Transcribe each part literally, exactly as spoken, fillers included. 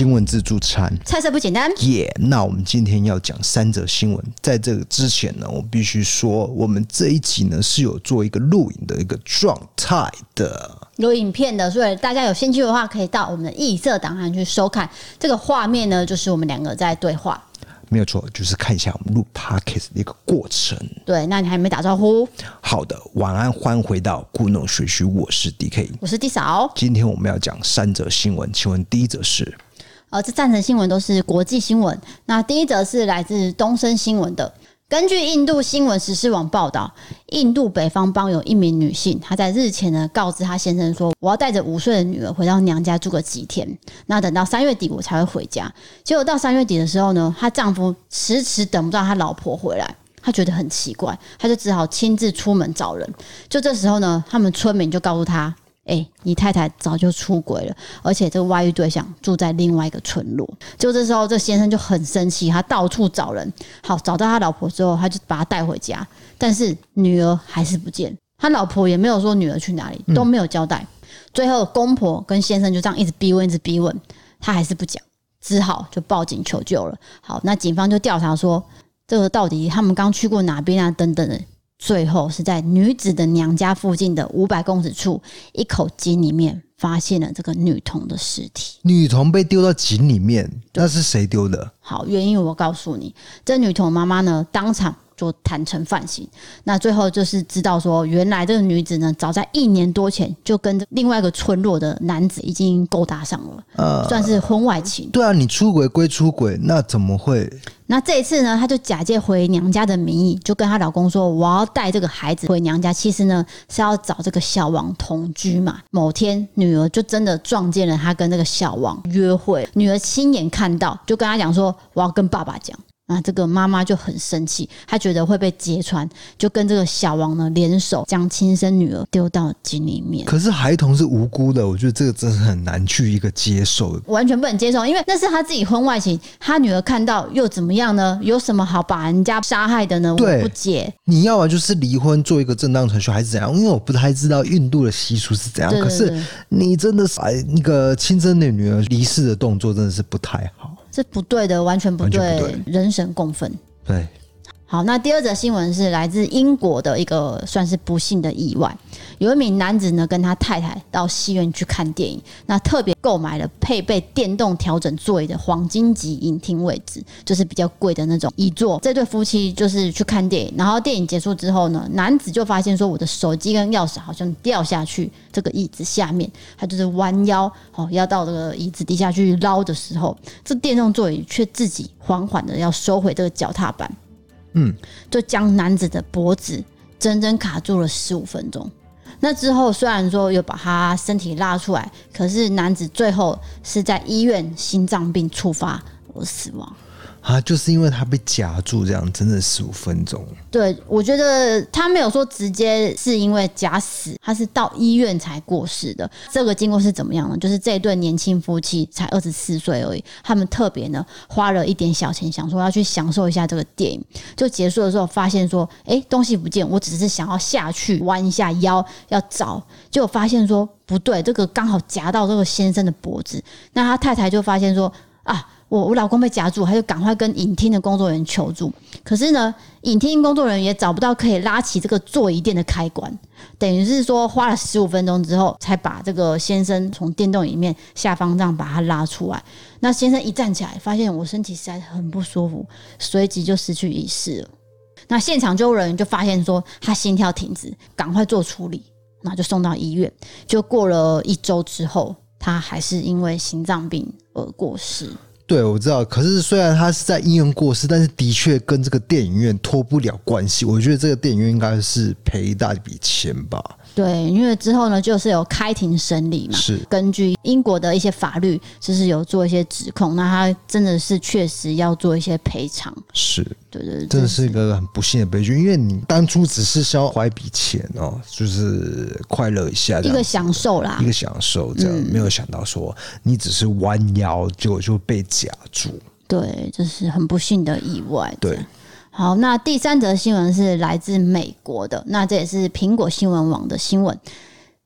新闻自助餐， 菜色不简单耶、yeah, 那我们今天要讲三则新闻。在这个之前呢，我必须说，我们这一集呢是有做一个录影的一个状态的， 有影片的，所以大家有兴趣的话，可以到我们的异色档案去收看。这个画面呢，就是我们两个在对话。 没有错，就是看一下我们录 podcast 的一个过程。 对，那你还没打招呼？ 好的，晚安，欢迎回到故弄玄虚，我是 D K， 我是 D 嫂。 今天我们要讲三则新闻，请问第一则是？ 呃，这三则新闻都是国际新闻。那第一则是来自东森新闻的。根据印度新闻时事网报道，印度北方邦有一名女性，她在日前呢告知她先生说，我要带着五岁的女儿回到娘家住个几天，那等到三月底我才会回家。结果到三月底的时候呢，她丈夫迟迟等不到她老婆回来，她觉得很奇怪，她就只好亲自出门找人。就这时候呢，他们村民就告诉她，哎、欸，你太太早就出轨了，而且这个外遇对象住在另外一个村落。就这时候，这先生就很生气，他到处找人，好找到他老婆之后，他就把她带回家，但是女儿还是不见，他老婆也没有说女儿去哪里，都没有交代。嗯、最后，公婆跟先生就这样一直逼问，一直逼问，他还是不讲，只好就报警求救了。好，那警方就调查说，这个到底他们刚去过哪边啊，等等的。最后是在女子的娘家附近的五百公尺处一口井里面发现了这个女童的尸体。 女童被丢到井里面，那是谁丢的？ 好，原因我告诉你，这女童妈妈呢当场就坦诚犯行。那最后就是知道说，原来这个女子呢早在一年多前就跟另外一个村落的男子已经勾搭上了，呃、算是婚外情。 对啊，你出轨归出轨，那怎么会？ 那这一次呢，她就假借回娘家的名义，就跟她老公说，我要带这个孩子回娘家，其实呢是要找这个小王同居嘛。某天女儿就真的撞见了她跟这个小王约会，女儿亲眼看到，就跟她讲说，我要跟爸爸讲。那这个妈妈就很生气，她觉得会被揭穿，就跟这个小王呢联手将亲生女儿丢到井里面。 可是孩童是无辜的，我觉得这个真的很难去一个接受， 完全不能接受，因为那是他自己婚外情，他女儿看到又怎么样呢？有什么好把人家杀害的呢？我不解。 你要么就是离婚做一个正当程序，还是怎样？因为我不太知道印度的习俗是怎样。 对对对， 可是你真的是那个亲生的女儿离世的动作真的是不太好。 这不对的，完全不 对, 完全不对，人神共愤。 对， 好，那第二则新闻是来自英国的一个算是不幸的意外。有一名男子呢，跟他太太到戏院去看电影，那特别购买了配备电动调整座椅的黄金级影厅位置，就是比较贵的那种椅座。这对夫妻就是去看电影，然后电影结束之后呢，男子就发现说，我的手机跟钥匙好像掉下去这个椅子下面，他就是弯腰哦，要到这个椅子底下去捞的时候，这电动座椅却自己缓缓的要收回这个脚踏板，嗯，就将男子的脖子整整卡住了十五分钟。那之后虽然说有把他身体拉出来，可是男子最后是在医院心脏病触发而死亡。 啊，就是因为他被夹住，这样真的十五分钟。 对，我觉得他没有说直接是因为夹死，他是到医院才过世的。这个经过是怎么样呢？就是这一对年轻夫妻才二十四岁而已，他们特别呢花了一点小钱，想说要去享受一下这个电影。就结束的时候发现说，哎，东西不见，我只是想要下去弯一下腰要找，结果发现说不对，这个刚好夹到这个先生的脖子。那他太太就发现说啊。我我老公被夹住，他就赶快跟影厅的工作人员求助。可是呢，影厅工作人员也找不到可以拉起这个座椅垫的开关，等于是说花了十五分钟之后，才把这个先生从电动椅里面下方这样把他拉出来。那先生一站起来，发现我身体实在很不舒服，随即就失去意识了。那现场救护人员就发现说他心跳停止，赶快做处理，那就送到医院。就过了一周之后，他还是因为心脏病而过世。 对，我知道。可是虽然他是在医院过世，但是的确跟这个电影院脱不了关系。我觉得这个电影院应该是赔一大笔钱吧。 对，因为之后呢，就是有开庭审理嘛， 是根据英国的一些法律，就是有做一些指控，那他真的是确实要做一些赔偿。 是， 对对对， 真的是一个很不幸的悲剧，因为你当初只是想要花一笔钱哦，就是快乐一下， 一个享受啦， 一个享受，这样、嗯、没有想到说你只是弯腰，结果就被夹住。 对，这是很不幸的意外。 对。 好，那第三则新闻是来自美国的，那这也是苹果新闻网的新闻。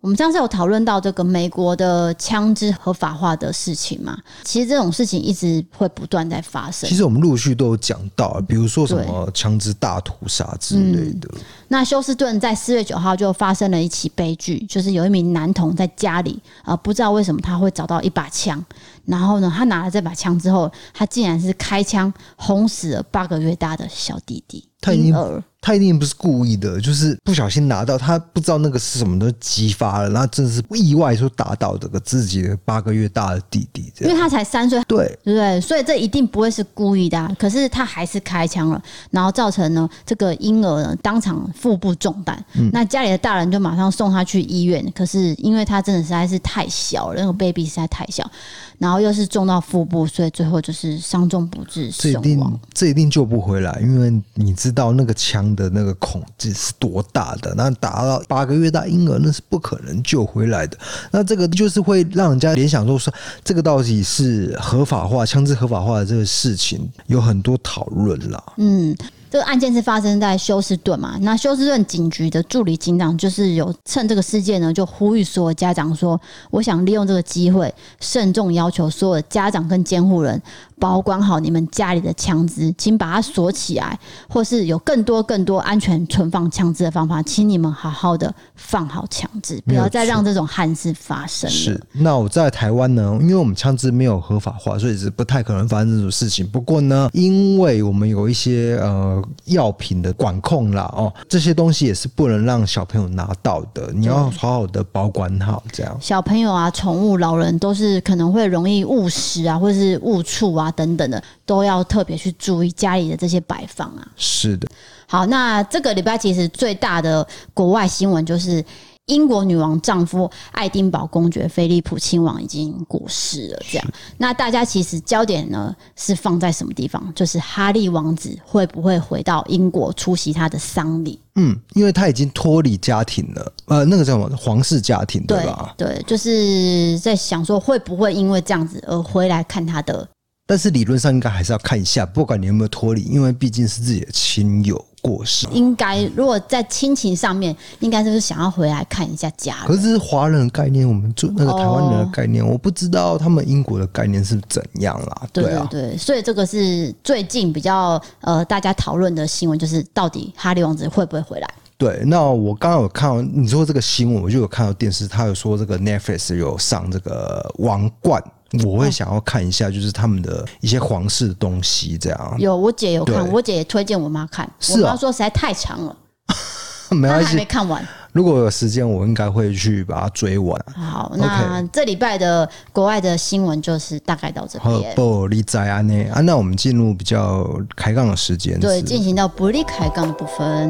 我们上次有讨论到这个美国的枪支合法化的事情嘛？其实这种事情一直会不断在发生。 其实我们陆续都有讲到，比如说什么枪支大屠杀之类的。嗯、 那休斯顿在四月九号就发生了一起悲剧，就是有一名男童在家里，呃，不知道为什么他会找到一把枪，然后呢，他拿了这把枪之后，他竟然是开枪轰死了八个月大的小弟弟。 他一定他一定不是故意的，就是不小心拿到，他不知道那个是什么都激发了，然后真的是意外说打到这个自己的八个月大的弟弟，因为他才三岁， 对对不对？所以这一定不会是故意的、啊，可是他还是开枪了，然后造成呢这个婴儿呢当场腹部中弹、嗯，那家里的大人就马上送他去医院，可是因为他真的实在是太小了，那个 baby 实在太小，然后又是中到腹部，所以最后就是伤重不治身亡。这一定这一定救不回来，因为你知道那个枪的那个孔子是多大的，那打到八个月大婴儿那是不可能救回来的。那这个就是会让人家联想说，说这个到底是合法化枪支合法化的这个事情有很多讨论啦。 嗯。这个案件是发生在休斯顿嘛？那休斯顿警局的助理警长就是有趁这个事件呢，就呼吁所有家长说：“我想利用这个机会，慎重要求所有的家长跟监护人保管好你们家里的枪支，请把它锁起来，或是有更多更多安全存放枪支的方法，请你们好好的放好枪支，不要再让这种憾事发生了。” 是。那我在台湾呢，因为我们枪支没有合法化，所以是不太可能发生这种事情。不过呢，因为我们有一些呃。药品的管控啦，哦，这些东西也是不能让小朋友拿到的，你要好好的保管好，这样。 小朋友啊、宠物、老人都是可能会容易误食啊，或是误触啊等等的，都要特别去注意家里的这些摆放啊。 是的。 好，那这个礼拜其实最大的国外新闻就是英国女王丈夫爱丁堡公爵菲利普亲王已经过世了，这样。那大家其实焦点呢是放在什么地方？就是哈利王子会不会回到英国出席他的丧礼？ 嗯，因为他已经脱离家庭了，呃，那个叫什么皇室家庭，对吧？ 对，对，就是在想说会不会因为这样子而回来看他的。 但是理论上应该还是要看一下，不管你有没有脱离，因为毕竟是自己的亲友过世。 应该如果在亲情上面，应该就是想要回来看一下家人。 可是这是华人的概念，我们做那个台湾人的概念、哦，我不知道他们英国的概念是怎样啦。 对对啊， 对，所以这个是最近比较呃大家讨论的新闻，就是到底哈利王子会不会回来？ 对，那我刚刚有看到你说这个新闻，我就有看到电视，他有说这个 Netflix 有上这个王冠。我会想要看一下，就是他们的一些皇室的东西，这样。 有，我姐有看，我姐也推荐我妈看， 是、哦、 我妈说实在太长了， 没关系， 她还没看完。 如果有时间，我应该会去把它追完。 好，那这礼拜的国外的新闻就是大概到这边。 不理在安内啊，那我们进入比较开杠的时间， 对，进行到不利开杠的部分。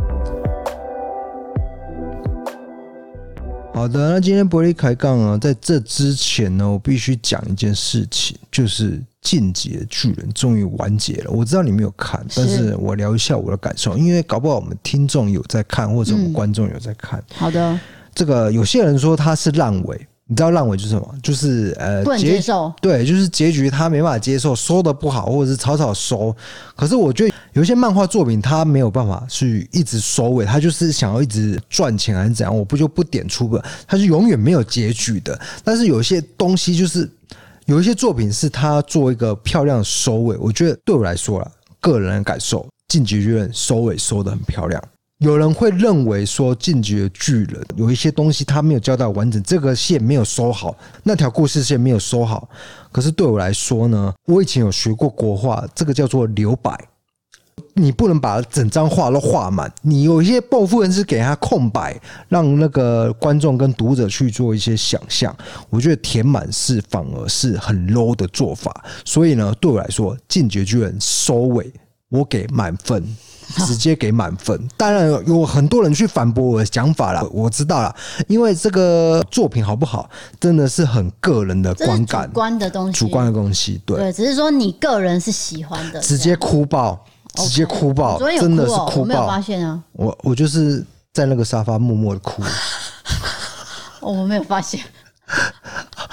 好的，那今天伯利开杠啊，在这之前呢，我必须讲一件事情，就是进击的巨人终于完结了。我知道你没有看，但是我聊一下我的感受，因为搞不好我们听众有在看，或者我们观众有在看。 嗯、好的， 这个有些人说它是烂尾。你知道烂尾就是什么？就是呃， 不能接受， 对，就是结局他没办法接受，收的不好，或者是草草收。可是我觉得有些漫画作品他没有办法去一直收尾，他就是想要一直赚钱还是怎样，我不就不点出吧，他是永远没有结局的。但是有些东西就是有一些作品是他做一个漂亮的收尾，我觉得对我来说啦，个人的感受，进击巨人收尾收得很漂亮。有人会认为说进击的巨人有一些东西他没有交代完整，这个线没有收好，那条故事线没有收好。可是对我来说呢，我以前有学过国画，这个叫做留白，你不能把整张画都画满，你有一些部分是给他空白，让那个观众跟读者去做一些想象。我觉得填满是反而是很 low 的做法，所以呢，对我来说进击的巨人收尾我给满分，直接给满分。当然有很多人去反驳我的想法啦，我知道啦，因为这个作品好不好真的是很个人的观感， 主观的东西， 主观的东西。 对, 对，只是说你个人是喜欢的， 直接哭爆，直接哭爆， okay, 哭哦， 真的是哭爆。 我没有发现啊， 我我就是在那个沙发默默的哭。 哦，我没有发现。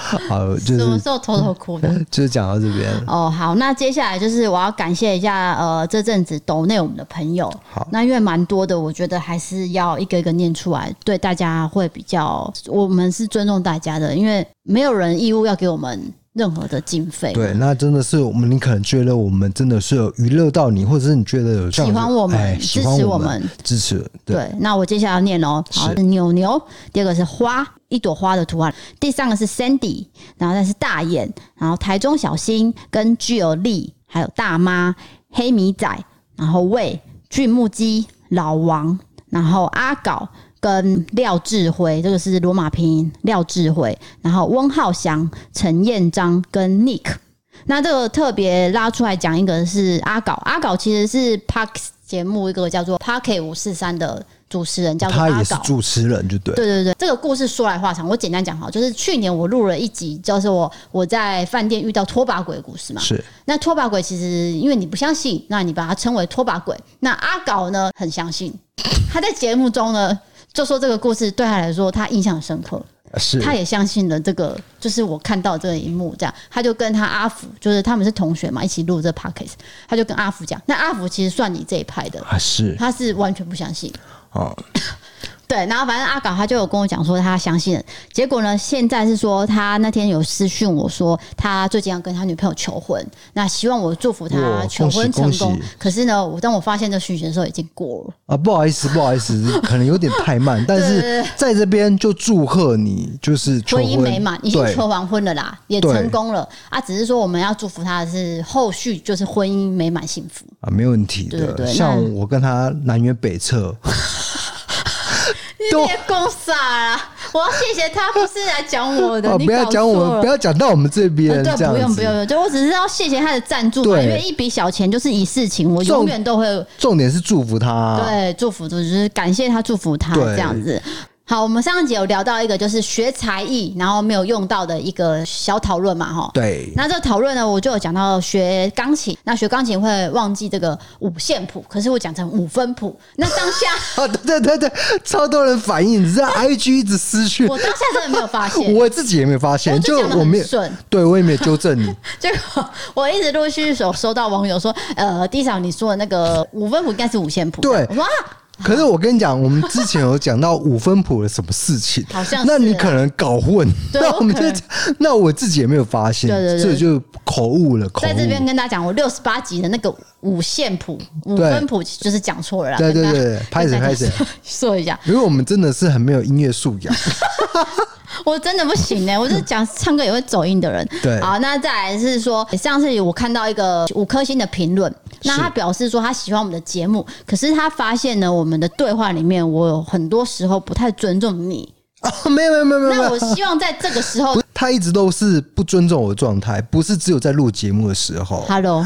好，就是什么时候偷偷哭的？ 就是讲到这边哦。好，那接下来就是我要感谢一下呃这阵子抖内我们的朋友。 好， 那因为蛮多的，我觉得还是要一个一个念出来，对大家会比较，我们是尊重大家的，因为没有人义务要给我们任何的经费。 对，那真的是我们，你可能觉得我们真的是有娱乐到你，或者是你觉得有喜欢我们、哎、支持我们、 支持。对， 对，那我接下来要念哦。好，是牛牛，第二个是花，一朵花的图案，第三个是 Sandy， 然后再是大眼，然后台中小新跟具有力，还有大妈黑米仔，然后魏巨木鸡老王，然后阿搞。跟廖智慧，这个是罗马拼音廖智慧，然后温浩翔、陈彦章跟 Nick。那这个特别拉出来讲一个是阿搞，阿搞其实是 Park 节目一个叫做 Park 五四三的主持人，叫做阿搞， 他也是主持人，就对。 对对对，这个故事说来话长，我简单讲好，就是去年我录了一集，就是我我在饭店遇到拖把鬼的故事嘛。 是。 那拖把鬼其实因为你不相信，那你把它称为拖把鬼。那阿搞呢很相信，他在节目中呢。就说这个故事对他来说，他印象很深刻， 是， 他也相信了这个，就是我看到这个一幕，这样，他就跟他阿福，就是他们是同学嘛，一起录这 podcast， 他就跟阿福讲，那阿福其实算你这一派的， 啊、是， 他是完全不相信， 哦。 对，然后反正阿搞他就有跟我讲说他相信了，结果呢，现在是说他那天有私讯我说他最近要跟他女朋友求婚，那希望我祝福他求婚成功。可是呢，我当我发现这讯息的时候已经过了啊，不好意思，不好意思，可能有点太慢，但是在这边就祝贺你，就是求婚婚姻美满，已经求完婚了啦，也成功了啊，只是说我们要祝福他的是后续就是婚姻美满幸福啊，没问题的。对对对，像我跟他南辕北辙。 你别公傻啦！我要谢谢他，不是来讲我的。 哦，不要讲我们，不要讲到我们这边。 呃、对，不用不用，就我只是要谢谢他的赞助嘛，因为一笔小钱就是一事情，我永远都会。 重点是祝福他， 对，祝福就是感谢他，祝福他这样子。好，我们上一集有聊到一个就是学才艺，然后没有用到的一个小讨论嘛，哈。 对。 那这个讨论呢，我就有讲到学钢琴，那学钢琴会忘记这个五线谱，可是我讲成五分谱。那当下， 哦，对对对，超多人反应，你知道 I G 一直私讯， 我当下真的没有发现， 我自己也没有发现， 我就我没有顺， 对我也没有纠正你。 结果我一直陆续有收到网友说，呃，地嫂你说的那个五分谱应该是五线谱， 对， 我说啊。 可是我跟你讲，我们之前有讲到五分谱的什么事情， 好像是， 那你可能搞混，那我们就那我自己也没有发现，对对对，这就口误了。口误在这边跟大家讲，我六十八集的那个五线谱、五分谱就是讲错了啦。 对对对，拍谁拍谁说一下， 因为我们真的是很没有音乐素养。 我真的不行哎、欸，我是讲唱歌也会走音的人。 对， 好，那再来是说，上次我看到一个五颗星的评论，那他表示说他喜欢我们的节目，可是他发现呢，我们的对话里面，我有很多时候不太尊重你。 哦，没有没有没有没有。 那我希望在这个时候， 他一直都是不尊重我的状态，不是只有在录节目的时候。 Hello。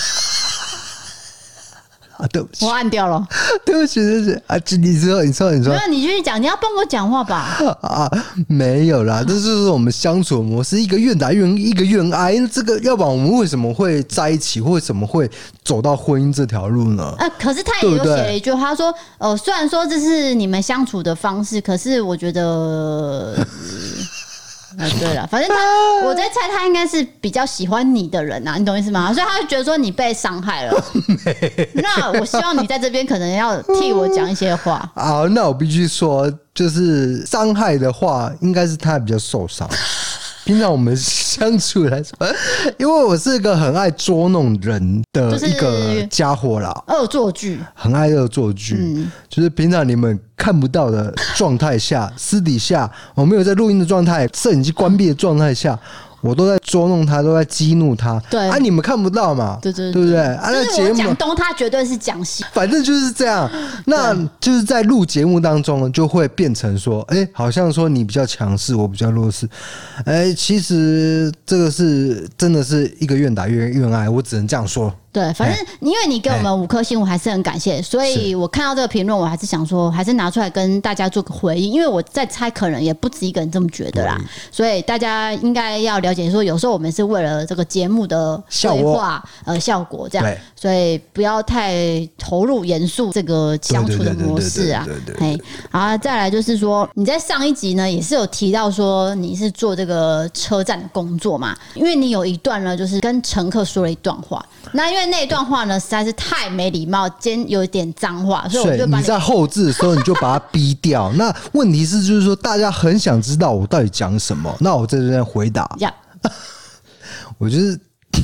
啊，对不起， 我按掉了。 对不起，对不起啊！你说，你说，你说， 没有，你继续讲，你要帮我讲话吧？ 啊，没有啦，这就是我们相处的模式，一个愿打愿一个愿挨。这个，要不然我们为什么会在一起，为什么会走到婚姻这条路呢？ 呃，可是他也有写了一句话，他说：“呃，虽然说这是你们相处的方式，可是我觉得。”啊，对了，反正他，我在猜他应该是比较喜欢你的人啊，你懂意思吗？所以他就觉得说你被伤害了。那我希望你在这边可能要替我讲一些话。 好，那我必须说，就是伤害的话，应该是他比较受伤。平常我们相处来说，因为我是一个很爱捉弄人的一个家伙啦， 恶作剧， 很爱恶作剧，嗯，就是平常你们看不到的状态下，私底下我没有在录音的状态，摄影机关闭的状态下。我都在捉弄他，都在激怒他。 对啊，你们看不到嘛？ 对对对， 对不对？啊，那节目讲东，他绝对是讲西， 反正就是这样。那就是在录节目当中，就会变成说，哎、欸，好像说你比较强势，我比较弱势。哎、欸，其实这个是真的是一个愿打愿愿挨，我只能这样说。 对，反正因为你给我们五颗星，我还是很感谢，所以我看到这个评论，我还是想说，还是拿出来跟大家做个回应，因为我在猜，可能也不止一个人这么觉得啦，所以大家应该要了解说，有时候我们是为了这个节目的对话呃效果这样，所以不要太投入严肃这个相处的模式啊。嘿，然后再来就是说，你在上一集呢也是有提到说你是做这个车站的工作嘛，因为你有一段呢就是跟乘客说了一段话，那因为那一段话呢实在是太没礼貌，兼有一点脏话，所以我就把你, 你在后置的时候你就把它逼掉。那问题是就是说大家很想知道我到底讲什么，那我在这边回答。 Yeah. 我就是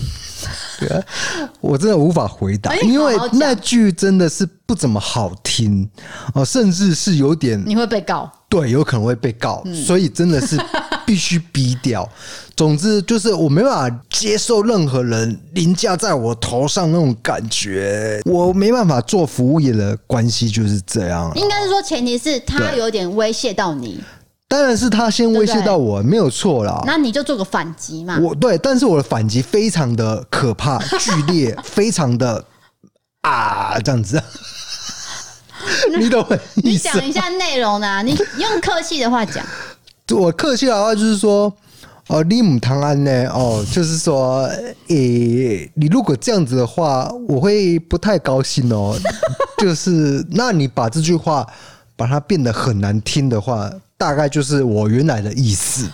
我真的无法回答，因为那句真的是不怎么好听哦，甚至是有点你会被告， 对，有可能会被告，嗯、所以真的是必须逼掉。总之就是我没办法接受任何人凌驾在我头上那种感觉，我没办法做服务业的关系就是这样。 应该是说前提是他有点威胁到你。 当然是他先威胁到我，对对没有错啦。 那你就做个反击嘛。 我对，但是我的反击非常的可怕、剧烈，非常的啊这样子。你懂我意思？ 你讲一下内容呢、啊？你用客气的话讲。 我客气的话就是说，哦，你母汤安呢？哦，就是说，诶、欸，你如果这样子的话，我会不太高兴哦。就是，那你把这句话把它变得很难听的话。大概就是我原来的意思。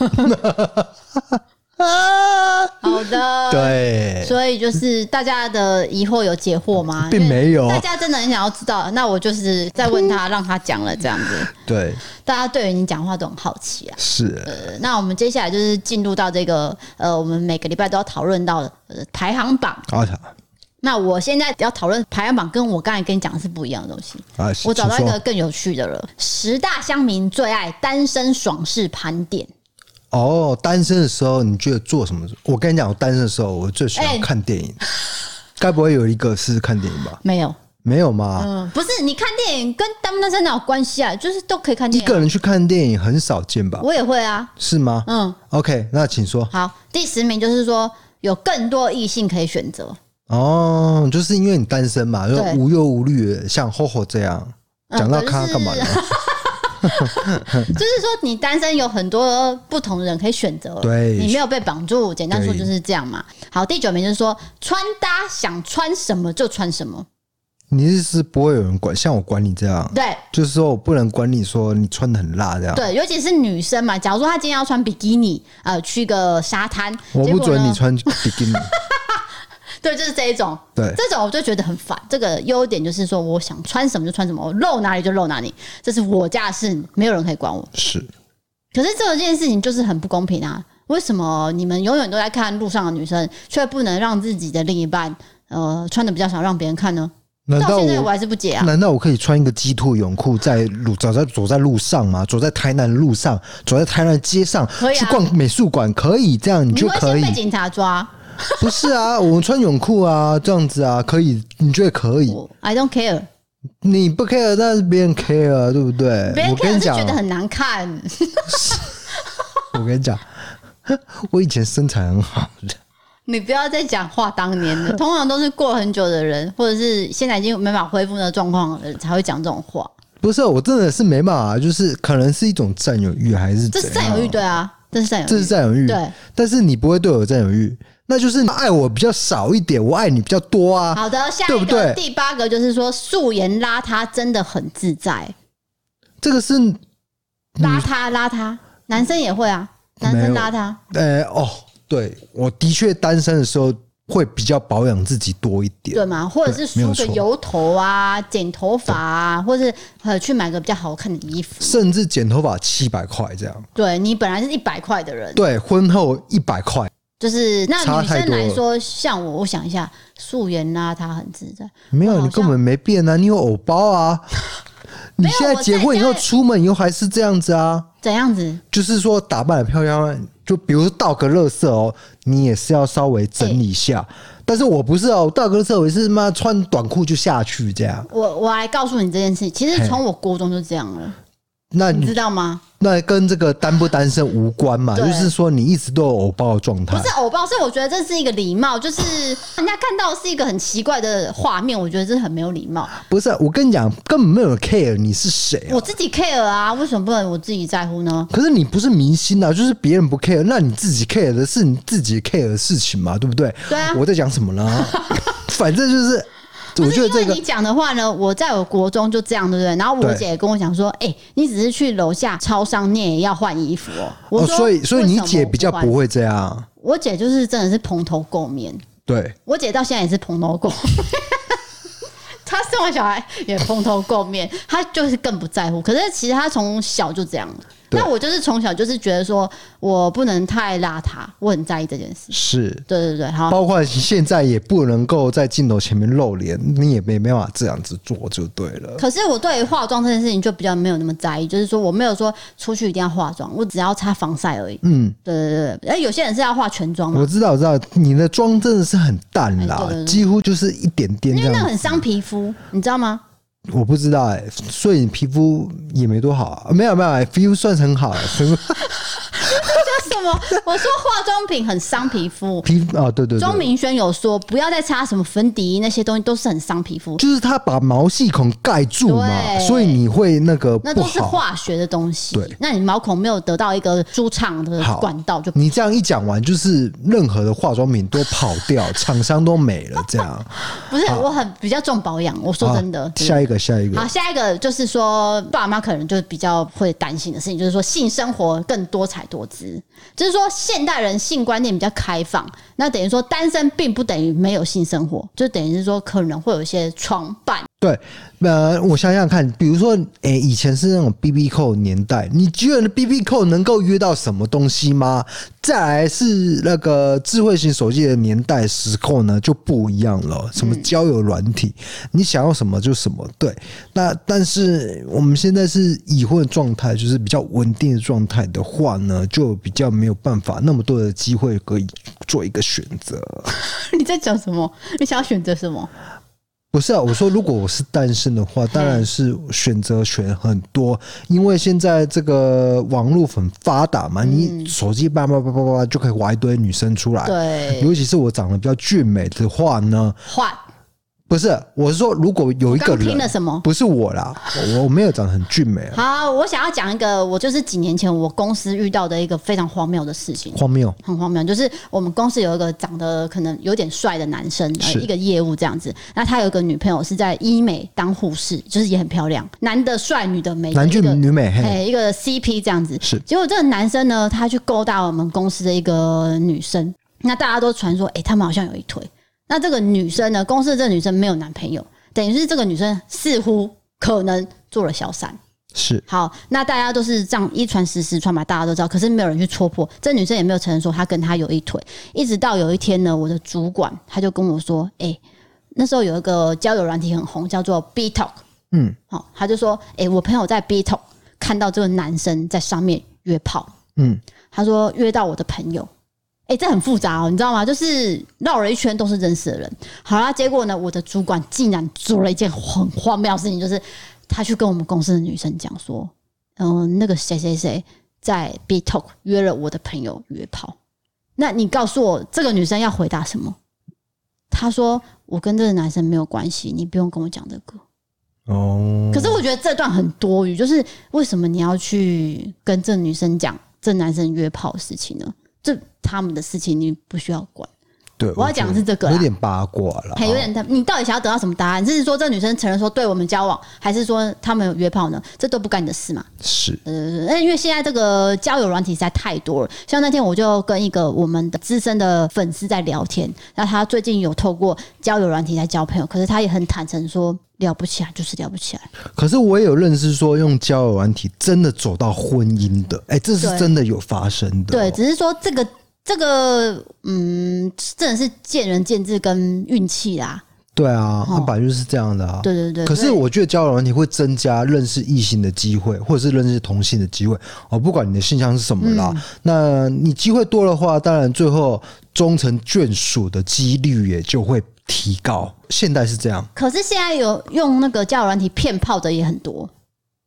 好的， 对， 所以就是大家的疑惑有解惑吗？ 并没有， 大家真的很想要知道。那我就是再问他，让他讲了这样子。 对， 大家对于你讲话都很好奇啊。 是， 呃，那我们接下来就是进入到这个呃，我们每个礼拜都要讨论到的、呃、排行榜。 好。 那我现在要讨论排行榜，跟我刚才跟你讲的是不一样的东西。 啊、 我找到一个更有趣的了，十大乡民最爱单身爽事盘点。 哦，单身的时候你觉得做什么？我跟你讲，我单身的时候我最喜欢看电影。该、欸、不会有一个是看电影吧？ 没有， 没有吗？ 嗯，不是，你看电影跟单不单身哪有关系啊？就是都可以看电影、啊。 一个人去看电影很少见吧？ 我也会啊。 是吗？ 嗯 ，OK， 那请说。 好，第十名就是说有更多异性可以选择。 哦，就是因为你单身嘛，就无忧无虑的，像 Hoho 这样。讲、嗯、到他干嘛呢？ 就是说，你单身有很多不同的人可以选择， 对， 你没有被绑住。简单说就是这样嘛。好，第九名就是说，穿搭想穿什么就穿什么。 你是不会有人管，像我管你这样， 对， 就是说我不能管你说你穿得很辣这样， 对，尤其是女生嘛。假如说她今天要穿比基尼，呃，去个沙滩， 我不准你穿比基尼。 对，就是这一种， 对， 这种我就觉得很烦。这个优点就是说，我想穿什么就穿什么，我露哪里就露哪里，这是我家的事，没有人可以管我。 是， 可是这件事情就是很不公平啊！为什么你们永远都在看路上的女生，却不能让自己的另一半呃穿的比较少，让别人看呢？ 难道 我, 到现在我还是不解啊！ 难道我可以穿一个鸡兔泳裤在路走在走在路上吗？走在台南的路上，走在台南的街上， 可以啊、 去逛美术馆，可以这样，你就可以。 你会先被警察抓？ 不是啊，我们穿泳裤啊，这样子啊，可以？你觉得可以 ？I don't care。 你不 care， 但是别人 care 啊，对不对？ 别人 care 是觉得很难看。 我跟你讲，我以前身材很好的。 你不要再讲话当年的，通常都是过很久的人，或者是现在已经没法恢复的状况的人才会讲这种话。 不是，我真的是没办法，就是可能是一种占有欲，还是这是占有欲，对啊，这是占有欲， 这是占有欲， 对。 但是你不会对我有占有欲，那就是你爱我比较少一点，我爱你比较多啊。 好的，下一个对不对？第八个就是说素颜邋遢真的很自在。 这个是邋遢邋遢，男生也会啊，男生邋遢。 呃哦。对，我的确单身的时候会比较保养自己多一点， 对吗？或者是梳个油头啊，剪头发啊，或者是呃去买个比较好看的衣服， 甚至剪头发七百块这样。 对，你本来是一百块的人， 对，婚后一百块， 就是那女生来说，像我，我想一下，素颜邋遢很自在， 没有，你根本没变啊，你有偶包啊。你现在结婚以后出门以后还是这样子啊？ 怎样子？ 就是说打扮的漂亮，就比如说倒个垃圾哦，你也是要稍微整理一下。欸、但是我不是哦，倒个垃圾我是妈穿短裤就下去这样。 我我来告诉你这件事，其实从我国中就这样了。 那你知道吗？ 那跟这个单不单身无关嘛，就是说你一直都有偶包的状态。 不是偶包，是我觉得这是一个礼貌，就是人家看到是一个很奇怪的画面，我觉得这很没有礼貌。 不是，我跟你讲，根本没有人 care 你是谁、啊。 我自己 care 啊，为什么不能我自己在乎呢？ 可是你不是明星啊，就是别人不 care，那你自己 care 的是你自己 care 的事情嘛，对不对？ 对啊。 我在讲什么呢？反正就是。 我觉得这个，因为你讲的话呢，我在我国中就这样，对不对？然后我姐也跟我讲说，哎、欸，你只是去楼下超商，你也要换衣服哦。我说， 哦、所以所以你姐比较不会这样。 我姐就是真的是蓬头垢面，对，我姐到现在也是蓬头垢面。她生完小孩也蓬头垢面，她就是更不在乎。可是其实她从小就这样。那我就是从小就是觉得说我不能太邋遢，我很在意这件事。是，对对对，好。 包括现在也不能够在镜头前面露脸，你也没没办法这样子做就对了。 可是我对于化妆这件事情就比较没有那么在意，就是说我没有说出去一定要化妆，我只要擦防晒而已。嗯，对对对。哎，有些人是要化全妆嘛。 我知道，我知道，你的妆真的是很淡啦，对对对，几乎就是一点点这样子， 因为那很伤皮肤，你知道吗？ 我不知道哎、欸，所以你皮肤也没多好啊，没有没有，皮肤算是很好、欸。 叫什么？我说化妆品很伤皮肤。 皮哦，对对对， 庄明轩有说不要再擦什么粉底那些东西，都是很伤皮肤。 就是它把毛细孔盖住嘛，所以你会那个不好， 那都是化学的东西。对，那你毛孔没有得到一个舒畅的管道就， 你这样一讲完，就是任何的化妆品都跑掉，厂商都没了，这样。 不是，我很比较重保养。我说真的， 下一个下一个， 好，下一个就是说，爸妈可能就比较会担心的事情，就是说性生活更多彩多姿。就是说，现代人性观念比较开放，那等于说单身并不等于没有性生活，就等于是说可能会有一些床伴。 对，呃，我想想看，比如说，诶、欸，以前是那种 B B 扣年代，你觉得 B B 扣能够约到什么东西吗？再来是那个智慧型手机的年代时候呢，就不一样了。什么交友软体、嗯，你想要什么就什么。对，那但是我们现在是已婚的状态，就是比较稳定的状态的话呢，就比较没有办法那么多的机会可以做一个选择。 你在讲什么？你想要选择什么？ 不是啊，我说如果我是单身的话，当然是选择权很多，因为现在这个网络很发达嘛，嗯、你手机叭叭叭叭叭就可以挖一堆女生出来。对，尤其是我长得比较俊美的话呢，换。不是，我是说，如果有一个人， 刚听了什么？ 不是我啦，我我没有长得很俊美、 啊。好，我想要讲一个，我就是几年前我公司遇到的一个非常荒谬的事情。 荒谬， 很荒谬，就是我们公司有一个长得可能有点帅的男生，呃、一个业务这样子。那他有一个女朋友是在医美当护士，就是也很漂亮，男的帅，女的美， 男俊女美， 嘿，一个 C P 这样子。是，结果这个男生呢，他去勾搭我们公司的一个女生，那大家都传说，哎、欸，他们好像有一腿。那这个女生呢，公司的这个女生没有男朋友。等于是这个女生似乎可能做了小三，是好，那大家都是这样一传十，十传百，大家都知道，可是没有人去戳破。这女生也没有承认说她跟他有一腿，一直到有一天呢，我的主管他就跟我说：“哎、欸，那时候有一个交友软体很红，叫做 B Talk。”嗯，好，他就说：“哎、欸，我朋友在 B Talk 看到这个男生在上面约炮，嗯，他说约到我的朋友。”哎、欸，这很复杂哦，你知道吗？就是绕了一圈都是认识的人。好啦，结果呢，我的主管竟然做了一件很荒谬的事情，就是他去跟我们公司的女生讲说，嗯、呃，那个谁谁谁在 B Talk 约了我的朋友约炮。那你告诉我，这个女生要回答什么？她说：“我跟这个男生没有关系，你不用跟我讲这个。”哦。可是我觉得这段很多余，就是为什么你要去跟这女生讲这男生约炮的事情呢？这他们的事情你不需要管。对，我要讲的是这个， 有点八卦了， 有点。你到底想要得到什么答案？是说这女生承认说对我们交往，还是说他们有约炮呢？这都不干你的事嘛。是，呃，因为现在这个交友软体实在太多了。像那天我就跟一个我们的资深的粉丝在聊天，那他最近有透过交友软体在交朋友，可是他也很坦诚说聊不起来，就是聊不起来。 可是我也有认识说用交友软体真的走到婚姻的，哎、欸，这是真的有发生的、哦。 对，只是说这个。这个嗯，真的是见仁见智跟运气啦。 对啊，它本来就是这样的啊。 对对对。 可是我觉得交友软体会增加认识异性的机会，或者是认识同性的机会。哦，不管你的性向是什么啦，嗯、那你机会多的话，当然最后终成眷属的几率也就会提高。现在是这样。 可是现在有用那个交友软体骗炮的也很多。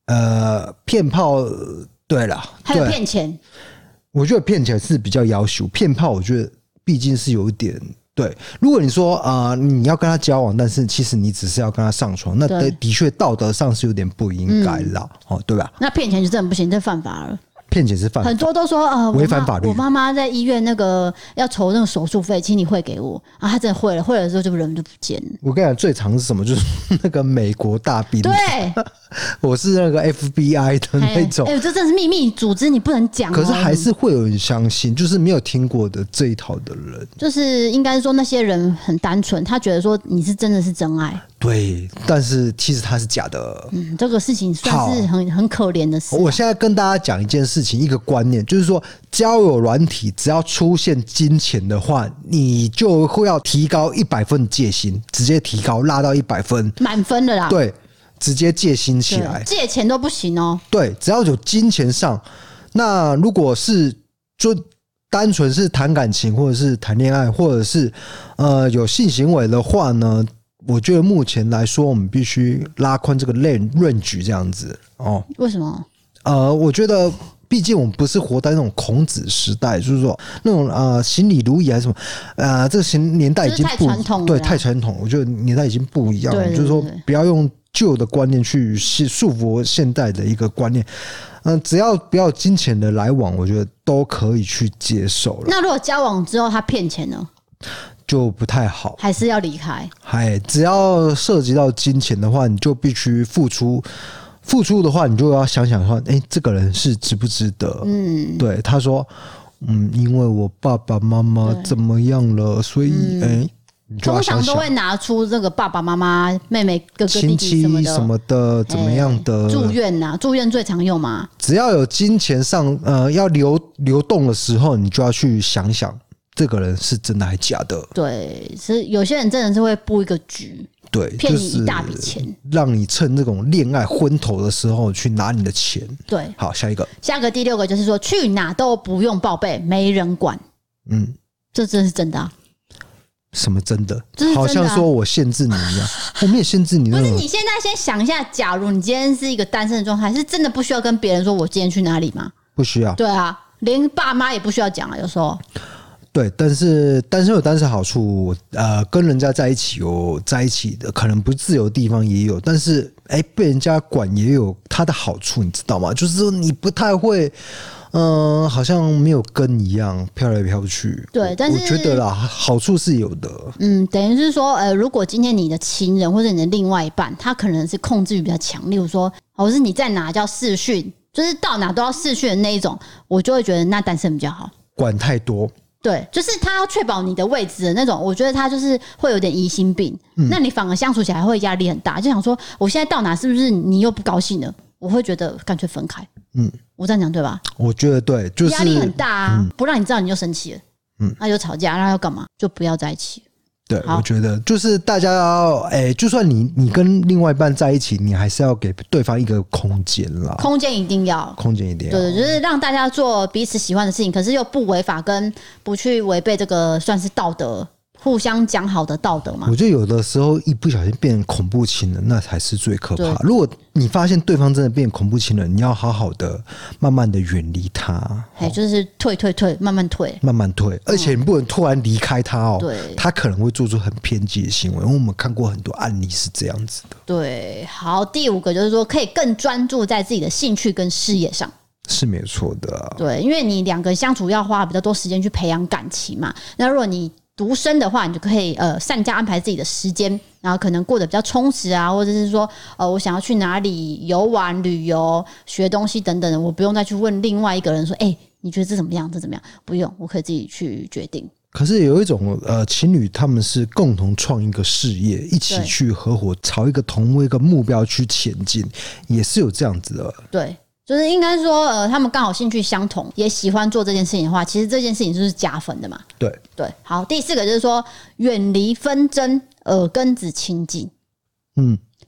呃，骗炮，对了， 还有骗钱。 我觉得骗钱是比较要求，骗炮我觉得毕竟是有一点。对，如果你说啊、呃，你要跟他交往，但是其实你只是要跟他上床，那的的确道德上是有点不应该啦，嗯、哦，对吧？ 那骗钱就真的不行，这犯法了。 骗钱是犯法， 很多都说呃违反法律。 我妈妈在医院那个要筹那个手术费，请你汇给我啊，她真的汇了，汇了之后就人就不见了。 我跟你讲，最常是什么？就是那个美国大兵。 对， 我是那个 F B I 的那种。 哎、欸，这真的是秘密组织，你不能讲、哦。 可是还是会有人相信，就是没有听过的这一套的人， 就是应该说那些人很单纯，他觉得说你是真的是真爱。 对，但是其实他是假的。 嗯，这个事情算是很很可怜的事、啊。 我现在跟大家讲一件事情，一个观念，就是说交友软体只要出现金钱的话，你就会要提高一百分戒心，直接提高拉到一百分， 满分的啦。 对，直接戒心起来， 借钱都不行哦。 对，只要有金钱上，那如果是就单纯是谈感情，或者是谈恋爱，或者是呃有性行为的话呢？我觉得目前来说，我们必须拉宽这个 range 这样子哦。 为什么？ 呃，我觉得，毕竟我们不是活在那种孔子时代，就是说那种呃行礼如仪还是什么，呃，这个年代已经不就是太传统了， 对，太传统。我觉得年代已经不一样了， 对对对， 就是说不要用旧的观念去束缚现代的一个观念。嗯、呃，只要不要金钱的来往，我觉得都可以去接受了。 那如果交往之后他骗钱呢？ 就不太好， 还是要离开。 哎，只要涉及到金钱的话，你就必须付出。付出的话，你就要想想说，哎、欸，这个人是值不值得？嗯，对，他说，嗯，因为我爸爸妈妈怎么样了，所以，哎、嗯欸， 通常都会拿出这个爸爸妈妈、妹妹、哥哥、弟弟什么的， 什么的，怎么样的？ 欸、住院呐、啊，住院最常用嘛。 只要有金钱上呃要流流动的时候，你就要去想想。这个人是真的还假的？ 对，是有些人真的是会布一个局， 对， 骗你一大笔钱， 让你趁这种恋爱昏头的时候去拿你的钱。 对， 好，下一个， 下个第六个就是说，去哪都不用报备，没人管。嗯，这真是真的、啊。 什么真的？ 真的啊、 好像说我限制你一样，我没有限制你。 不是，你现在先想一下，假如你今天是一个单身的状态，是真的不需要跟别人说我今天去哪里吗？ 不需要。 对啊，连爸妈也不需要讲啊，有时候。 对，但是单身有单身好处，呃，跟人家在一起有在一起的可能不自由的地方也有，但是哎、欸，被人家管也有它的好处，你知道吗？就是说你不太会，嗯、呃，好像没有根一样飘来飘去。 对，但是我觉得啦，好处是有的。 嗯，等于是说，呃，如果今天你的情人或者你的另外一半，他可能是控制欲比较强，例如说，或是你在哪叫视讯，就是到哪都要视讯的那一种，我就会觉得那单身比较好。 管太多。 对，就是他要确保你的位置的那种，我觉得他就是会有点疑心病、嗯，那你反而相处起来会压力很大，就想说我现在到哪是不是你又不高兴了？我会觉得干脆分开。嗯，我这样讲对吧？ 我觉得对，就是压力很大啊、嗯，不让你知道你就生气了，嗯，那就吵架，那要干嘛？就不要在一起。 对，我觉得就是大家要，哎、欸，就算你你跟另外一半在一起，你还是要给对方一个空间啦。 空间一定要， 空间一定要， 对，就是让大家做彼此喜欢的事情，可是又不违法，跟不去违背这个算是道德。互相讲好的道德嘛， 我觉得有的时候一不小心变恐怖情人，那才是最可怕。如果你发现对方真的变恐怖情人，你要好好的、慢慢的远离他， 哎，就是退退退，慢慢退， 慢慢退，而且你不能突然离开他哦， 对， 他可能会做出很偏激的行为，因为我们看过很多案例是这样子的。 对，好，第五个就是说，可以更专注在自己的兴趣跟事业上。 是没有错的、啊， 对，因为你两个人相处要花比较多时间去培养感情嘛。那如果你独身的话，你就可以呃善加安排自己的时间，然后可能过得比较充实啊，或者是说呃我想要去哪里游玩、旅游、学东西等等的，我不用再去问另外一个人说，哎、欸，你觉得这怎么样？这怎么样？不用，我可以自己去决定。 可是有一种呃情侣，他们是共同创一个事业，一起去合伙朝一个同一个目标去前进，也是有这样子的。 对。就是应该说，呃，他们刚好兴趣相同，也喜欢做这件事情的话，其实这件事情就是加分的嘛。 对对，好，第四个就是说，远离纷争，耳根子清净。 嗯，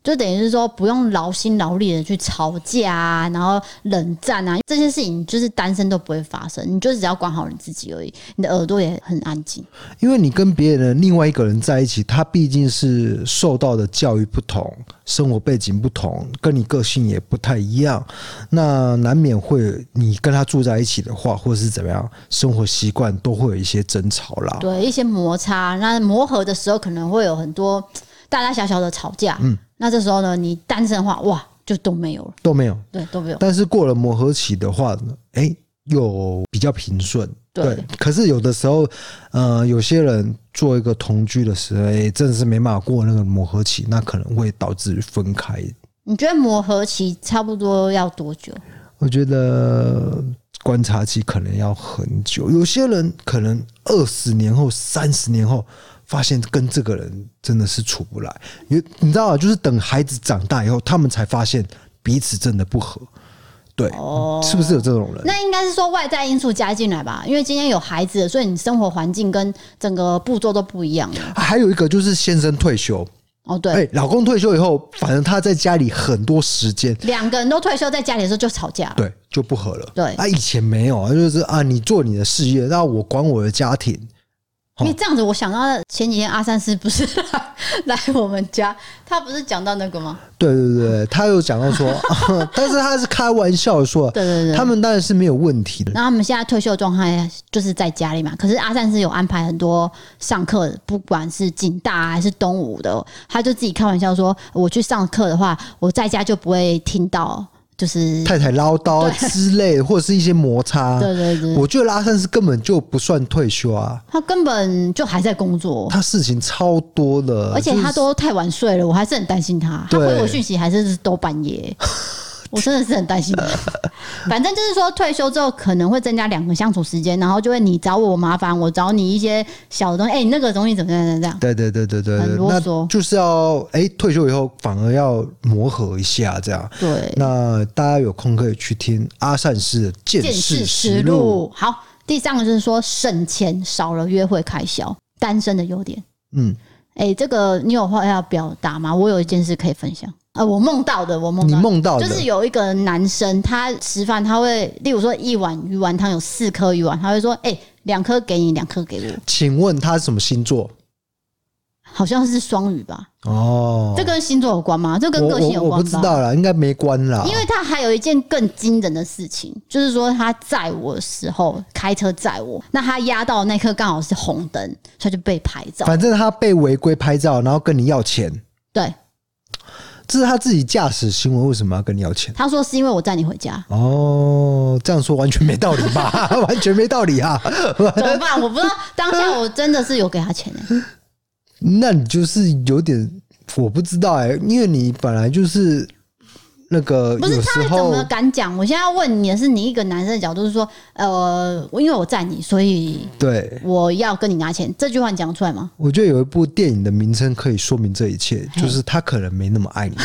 就等于是说不用劳心劳力的去吵架啊，然后冷战啊，这些事情就是单身都不会发生，你就只要管好你自己而已，你的耳朵也很安静。 因为你跟别人另外一个人在一起，他毕竟是受到的教育不同，生活背景不同，跟你个性也不太一样，那难免会你跟他住在一起的话，或者是怎么样，生活习惯都会有一些争吵啦， 对，一些摩擦，那磨合的时候可能会有很多大大小小的吵架，嗯，那这时候呢，你单身的话，哇，就都没有了， 都没有， 对，都没有。 但是过了磨合期的话呢，哎，又比较平顺。对，可是有的时候，呃，有些人做一个同居的时候，哎，真的是没办法过那个磨合期，那可能会导致分开。 你觉得磨合期差不多要多久？ 我觉得观察期可能要很久，有些人可能二十年后、三十年后，发现跟这个人真的是处不来。你你知道啊，就是等孩子长大以后，他们才发现彼此真的不合。对、哦，是不是有这种人？ 那应该是说外在因素加进来吧，因为今天有孩子了，所以你生活环境跟整个步骤都不一样了。 还有一个就是先生退休。 哦，对， 欸，老公退休以后，反正他在家里很多时间， 两个人都退休，在家里的时候就吵架了， 对，就不合了。 对， 啊，以前没有，就是啊，你做你的事业，那我管我的家庭。 因为这样子，我想到前几天阿善师不是来来我们家，他不是讲到那个吗？ 对对对，他有讲到说，但是他是开玩笑的说， 对对对， 他们当然是没有问题的。 那他们现在退休的状态就是在家里嘛，可是阿善师有安排很多上课，不管是警大还是东吴的，他就自己开玩笑说，我去上课的话，我在家就不会听到。就是太太唠叨之类，或者是一些摩擦。 对对对， 我觉得阿善是根本就不算退休啊， 他根本就还在工作， 他事情超多的， 而且他都太晚睡了，我还是很担心他。他回我讯息还是都半夜。我真的是很担心的。反正就是说，退休之后可能会增加两个相处时间，然后就会你找我麻烦，我找你一些小的东西，哎、欸，那个东西怎么样？怎么样？ 对对对对对， 很啰嗦， 就是要哎、欸、退休以后反而要磨合一下，这样。 对。 那大家有空可以去听阿善师的《见识实录》。 好，第三个就是说省钱，少了约会开销，单身的优点。嗯，哎、欸，这个你有话要表达吗？我有一件事可以分享。呃，我梦到的，我梦到的， 你梦到的就是有一个男生，他吃饭他会，例如说一碗鱼丸汤有四颗鱼丸，他会说，哎、欸，两颗给你，两颗给我。 请问他是什么星座？ 好像是双鱼吧？ 哦， 这跟星座有关吗？这跟个性有关吧？ 我, 我, 我不知道啦，应该没关啦。 因为他还有一件更惊人的事情，就是说他载我的时候开车载我，那他压到的那颗刚好是红灯，他就被拍照。 反正他被违规拍照，然后跟你要钱。 对。 这是他自己驾驶行为，为什么要跟你要钱？ 他说是因为我载你回家。 哦，这样说完全没道理吧？完全没道理啊！ 怎么办？我不知道，当下我真的是有给他钱哎、欸。 那你就是有点，我不知道哎、欸，因为你本来就是那个， 不是他怎么敢讲？我现在要问你的是，你一个男生的角度是说，呃，因为我载你，所以对我要跟你拿钱。这句话你讲出来吗？ 我觉得有一部电影的名称可以说明这一切，就是他可能没那么爱你。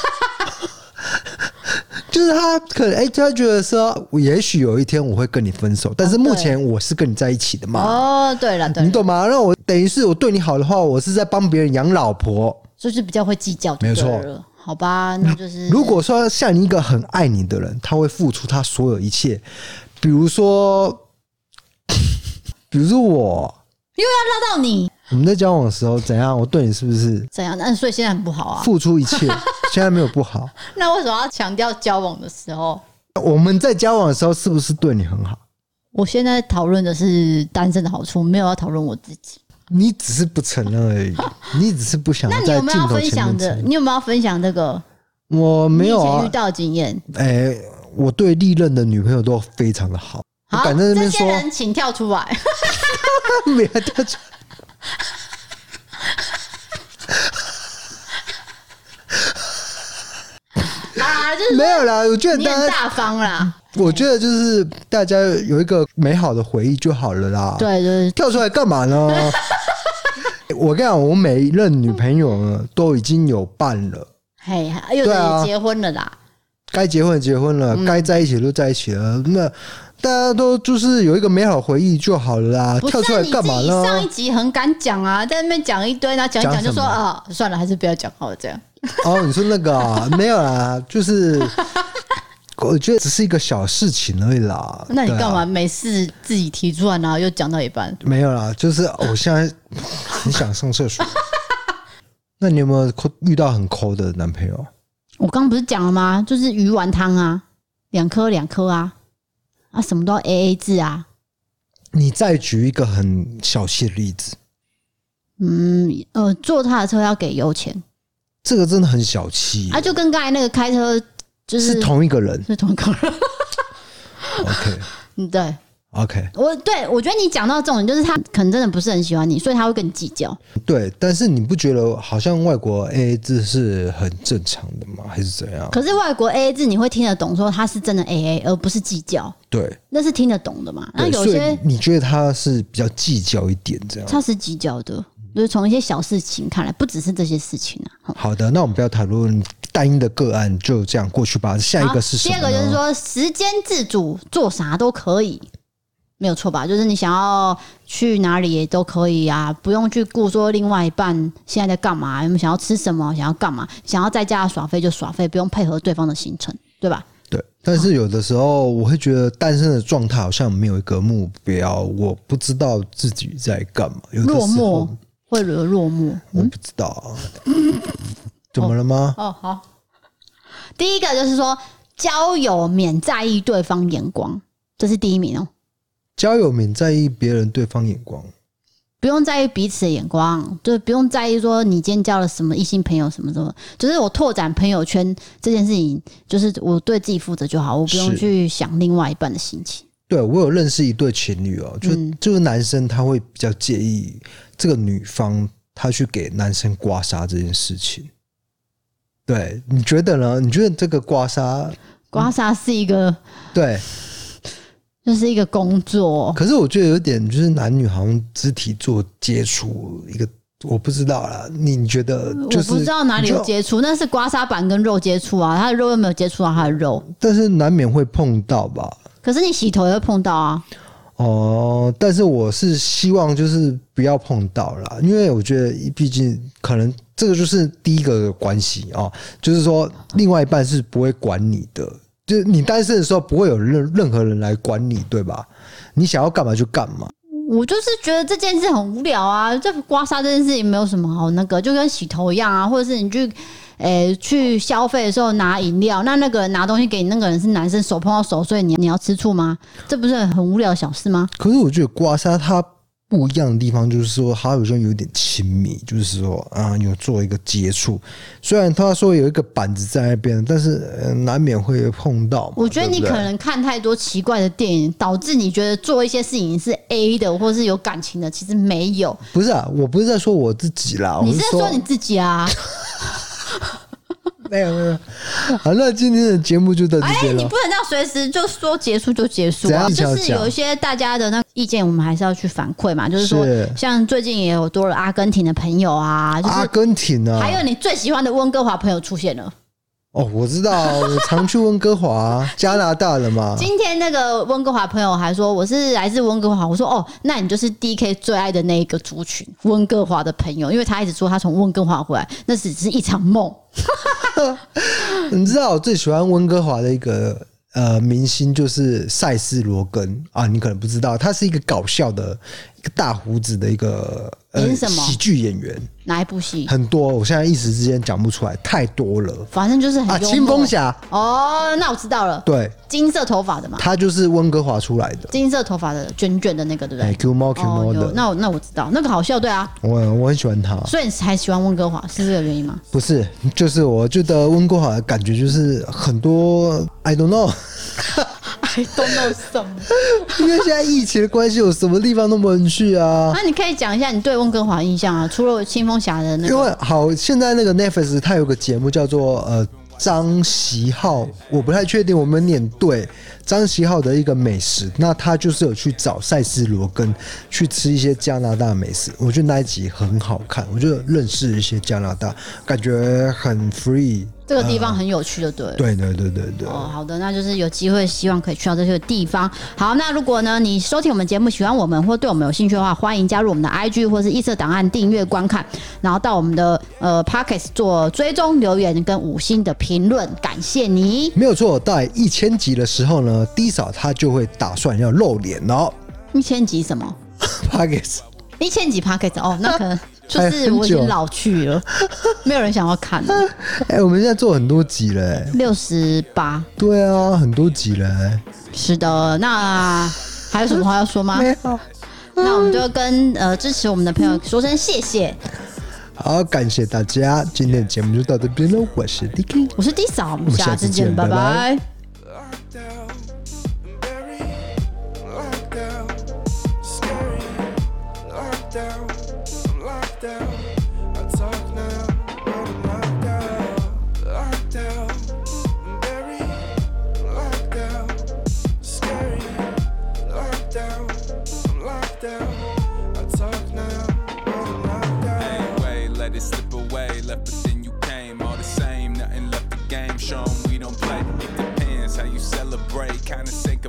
就是他可能哎、欸，他觉得说，也许有一天我会跟你分手，但是目前我是跟你在一起的嘛。 哦，对了，对了， 你懂吗？那我等于是我对你好的话，我是在帮别人养老婆， 就是比较会计较，没错。好吧，那就是如果说像你一个很爱你的人，他会付出他所有一切，比如说，比如说我又要拉到你。 我们在交往的时候怎样？我对你是不是怎样？那所以现在很不好啊。 付出一切，现在没有不好。 那为什么要强调交往的时候？ 我们在交往的时候是不是对你很好？ 我现在讨论的是单身的好处，没有要讨论我自己。 你只是不承认而已，你只是不想在镜头前面。那你有没有分享的？ 你有没有要分享这个？ 我没有啊。 以前遇到的经验。 哎、欸，我对历任的女朋友都非常的好。 好， 我敢在那边说， 这些人请跳出来。 没有跳出来。 啊，就是没有啦，我觉得你很大方啦。 我觉得就是大家有一个美好的回忆就好了啦。 对对， 跳出来干嘛呢？我跟你讲，我每一任女朋友呢都已经有伴了， 嘿，有的也结婚了啦。 该、啊、结婚的结婚了，该、嗯、在一起都在一起了。那大家都就是有一个美好回忆就好了啦， 不是、啊、 跳出来干嘛呢？ 你上一集很敢讲啊，在那边讲一堆，然后讲一讲就说啊，算了，还是不要讲好了，这样。 哦，你说那个啊，没有啦，就是我觉得只是一个小事情而已啦。 那你干嘛没事自己提出来，然后又讲到一半？ 没有啦，就是我现在很想上厕所。那你有没有遇到很抠的男朋友？ 我刚刚不是讲了吗？就是鱼丸汤啊，两颗两颗啊，啊，什么都要 A A 制啊。 你再举一个很小气的例子。 嗯，呃，坐他的车要给油钱。 这个真的很小气啊，就跟刚才那个开车就是是同一个人， 是同一个人。 OK， 嗯，对 ，OK， 我对我觉得你讲到这种，就是他可能真的不是很喜欢你，所以他会跟你计较。 对，但是你不觉得好像外国 A A 制是很正常的吗？还是怎样？ 可是外国 A A 制你会听得懂，说他是真的 A A， 而不是计较。 对， 那是听得懂的嘛？那有些你觉得他是比较计较一点，这样？ 他是计较的。就是从一些小事情看来，不只是这些事情啊。 好的，那我们不要谈论单一的个案，就这样过去吧。下一个是什么呢？ 第二个就是说，时间自主，做啥都可以，没有错吧？就是你想要去哪里也都可以啊，不用去顾说另外一半现在在干嘛，有没有想要吃什么，想要干嘛，想要在家耍废就耍废，不用配合对方的行程，对吧？ 对，但是有的时候我会觉得单身的状态好像没有一个目标，我不知道自己在干嘛，有的时候落寞。会惹落寞、嗯， 我不知道、啊，怎么了吗？ 哦，好，第一个就是说交友免在意对方眼光，这是第一名哦。 交友免在意别人对方眼光， 不用在意彼此的眼光，就是不用在意说你今天交了什么异性朋友什么什么，就是我拓展朋友圈这件事情，就是我对自己负责就好，我不用去想另外一半的心情。 对，我有认识一对情侣哦，就、嗯、就是男生他会比较介意这个女方他去给男生刮痧这件事情。对，你觉得呢？你觉得这个刮痧？ 刮痧是一个、嗯、 对， 就是一个工作。 可是我觉得有点就是男女好像肢体做接触一个。我不知道啦，你觉得、就是？ 我不知道哪里有接触，那是刮痧板跟肉接触啊，他的肉又没有接触到他的肉， 但是难免会碰到吧。 可是你洗头也会碰到啊。 哦，但是我是希望就是不要碰到啦，因为我觉得毕竟可能这个就是第一个关系哦，就是说另外一半是不会管你的，就是你单身的时候不会有任任何人来管你，对吧？你想要干嘛就干嘛。 我就是觉得这件事很无聊啊，这刮痧这件事情没有什么好那个，就跟洗头一样啊，或者是你去诶、欸、去消费的时候拿饮料，那那个人拿东西给你，那个人是男生，手碰到手，所以你你要吃醋吗？这不是很无聊的小事吗？ 可是我觉得刮痧它不一样的地方就是说，它好像有点亲密，就是说啊，有做一个接触。虽然他说有一个板子在那边，但是、呃、难免会碰到嘛。 我觉得你可能看太多奇怪的电影，导致你觉得做一些事情是 A 的，或是有感情的，其实没有。 不是啊，我不是在说我自己啦， 你是在说你自己啊。 没有没有，好，那今天的节目就到这边了。哎、欸， 你不能这样随时就说结束就结束啊！就是有一些大家的那个意见，我们还是要去反馈嘛。就是说，像最近也有多了阿根廷的朋友啊，就是、 阿根廷啊， 还有你最喜欢的温哥华朋友出现了。 哦，我知道，我常去温哥华，加拿大的嘛。 今天那个温哥华朋友还说我是来自温哥华，我说哦，那你就是 D K 最爱的那一个族群，温哥华的朋友，因为他一直说他从温哥华回来，那只是一场梦。 你知道我最喜欢温哥华的一个呃明星就是塞斯罗根啊，你可能不知道，他是一个搞笑的一个大胡子的一个呃喜剧演员。 哪一部戏？ 很多，我现在一时之间讲不出来，太多了。 反正就是很啊，青蜂侠。 哦，那我知道了。 对， 金色头发的嘛， 他就是温哥华出来的。 金色头发的卷卷的那个，对不对？ 哎 ，Q 猫 Q 猫的。 那我那我知道，那个好笑，对啊。 我我很喜欢他， 所以你还喜欢温哥华，是这个原因吗？ 不是，就是我觉得温哥华的感觉就是很多 I don't know。 I don't know 什么？ 因为现在疫情的关系，有什么地方都不能去啊。 那你可以讲一下你对温哥华印象啊？除了青蜂侠的那个， 因为好，现在那个 Netflix 它有个节目叫做呃张习浩，我不太确定我们念对张锡浩的一个美食，那他就是有去找塞斯罗根去吃一些加拿大美食，我觉得那一集很好看，我就认识一些加拿大，感觉很 free。 这个地方很有趣，就对了、呃。 对对对对对。 哦，好的，那就是有机会，希望可以去到这些地方。好，那如果呢，你收听我们节目，喜欢我们或对我们有兴趣的话，欢迎加入我们的 I G 或是异色档案订阅观看，然后到我们的呃 Podcast 做追踪、留言跟五星的评论，感谢你。 没有错，到一千集的时候呢 ，D 嫂她就会打算要露脸哦。 一千集什么 ？Podcast。 一千集 Podcast 哦，那可能。就是我已经老去了，没有人想要看了。 哎、欸，我们现在做很多集了、欸， 六十八。 对啊，很多集了、欸。 是的，那还有什么话要说吗？ 没有。 那我们就跟呃支持我们的朋友说声谢谢。 好，感谢大家，今天的节目就到这边了。我是 D K， 我是 D 嫂，我们下次见，拜拜。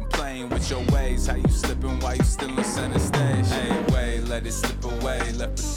Your ways, how you slipping while you still on center stage? Hey, wait, let it slip away, left